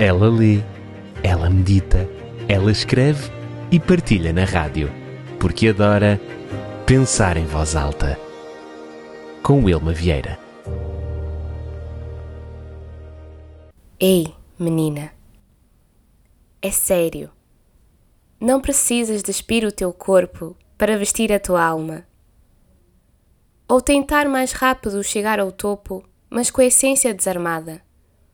Ela lê, ela medita, ela escreve e partilha na rádio, porque adora pensar em voz alta. Com Wilma Vieira. Ei, menina. É sério. Não precisas despir o teu corpo para vestir a tua alma. Ou tentar mais rápido chegar ao topo, mas com a essência desarmada.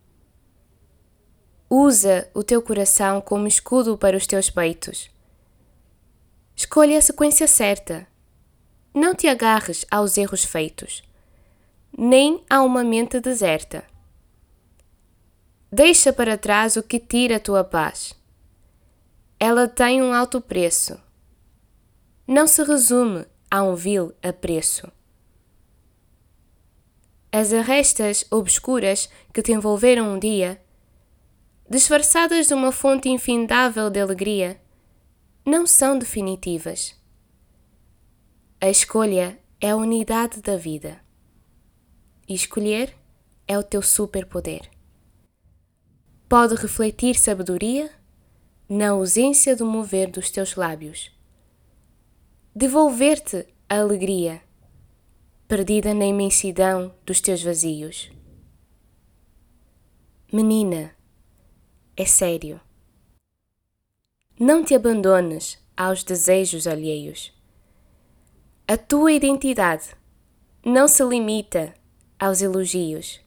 Usa o teu coração como escudo para os teus peitos. Escolhe a sequência certa. Não te agarres aos erros feitos, nem a uma mente deserta. Deixa para trás o que tira a tua paz. Ela tem um alto preço. Não se resume a um vil apreço. As arrestas obscuras que te envolveram um dia, disfarçadas de uma fonte infindável de alegria, não são definitivas. A escolha é a unidade da vida. E escolher é o teu superpoder. Pode refletir sabedoria na ausência do mover dos teus lábios. Devolver-te a alegria, perdida na imensidão dos teus vazios. Menina, é sério. Não te abandones aos desejos alheios. A tua identidade não se limita aos elogios.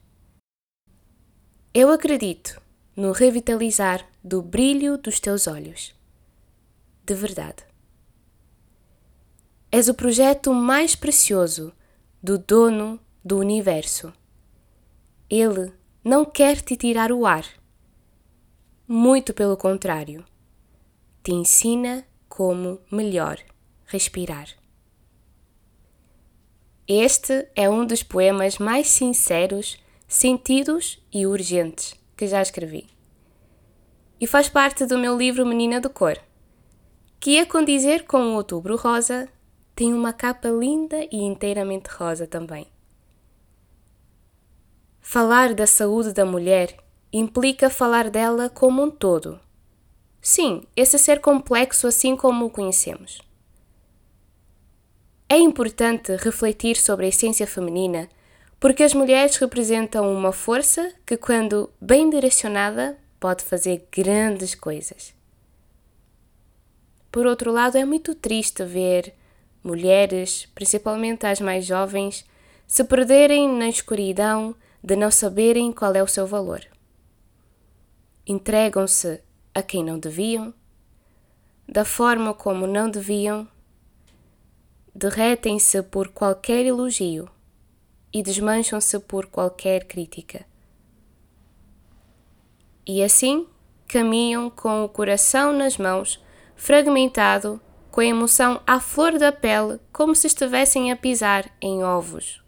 Eu acredito no revitalizar do brilho dos teus olhos. De verdade. És o projeto mais precioso do dono do universo. Ele não quer te tirar o ar. Muito pelo contrário. Te ensina como melhor respirar. Este é um dos poemas mais sinceros, sentidos e urgentes que já escrevi. E faz parte do meu livro Menina de Cor, que, a condizer com o Outubro Rosa, tem uma capa linda e inteiramente rosa também. Falar da saúde da mulher implica falar dela como um todo. Sim, esse ser complexo assim como o conhecemos. É importante refletir sobre a essência feminina, porque as mulheres representam uma força que, quando bem direcionada, pode fazer grandes coisas. Por outro lado, é muito triste ver mulheres, principalmente as mais jovens, se perderem na escuridão de não saberem qual é o seu valor. Entregam-se a quem não deviam, da forma como não deviam, derretem-se por qualquer elogio e desmancham-se por qualquer crítica. E assim caminham com o coração nas mãos, fragmentado, com a emoção à flor da pele, como se estivessem a pisar em ovos.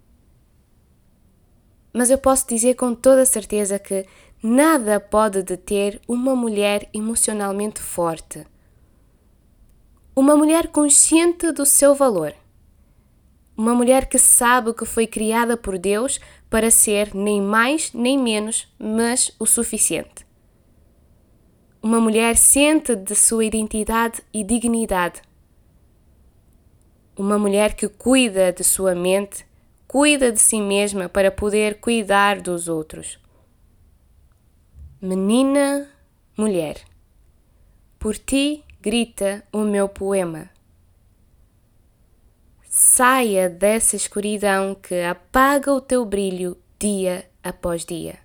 Mas eu posso dizer com toda certeza que nada pode deter uma mulher emocionalmente forte. Uma mulher consciente do seu valor. Uma mulher que sabe que foi criada por Deus para ser nem mais nem menos, mas o suficiente. Uma mulher ciente de sua identidade e dignidade. Uma mulher que cuida de sua mente, cuida de si mesma para poder cuidar dos outros. Menina, mulher, por ti grita o meu poema. Saia dessa escuridão que apaga o teu brilho dia após dia.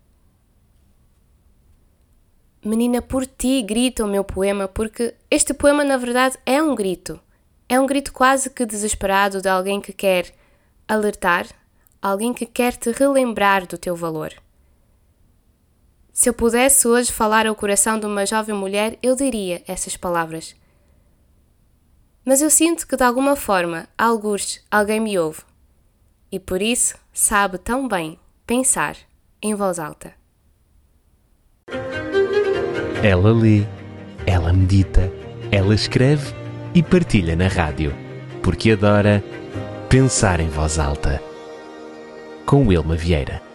Menina, por ti grita o meu poema, porque este poema na verdade é um grito. É um grito quase que desesperado de alguém que quer alertar, alguém que quer te relembrar do teu valor. Se eu pudesse hoje falar ao coração de uma jovem mulher, eu diria essas palavras. Mas eu sinto que de alguma forma, algures, alguém me ouve. E por isso sabe tão bem pensar em voz alta. Ela lê, ela medita, ela escreve e partilha na rádio, porque adora pensar em voz alta. Com Wilma Vieira.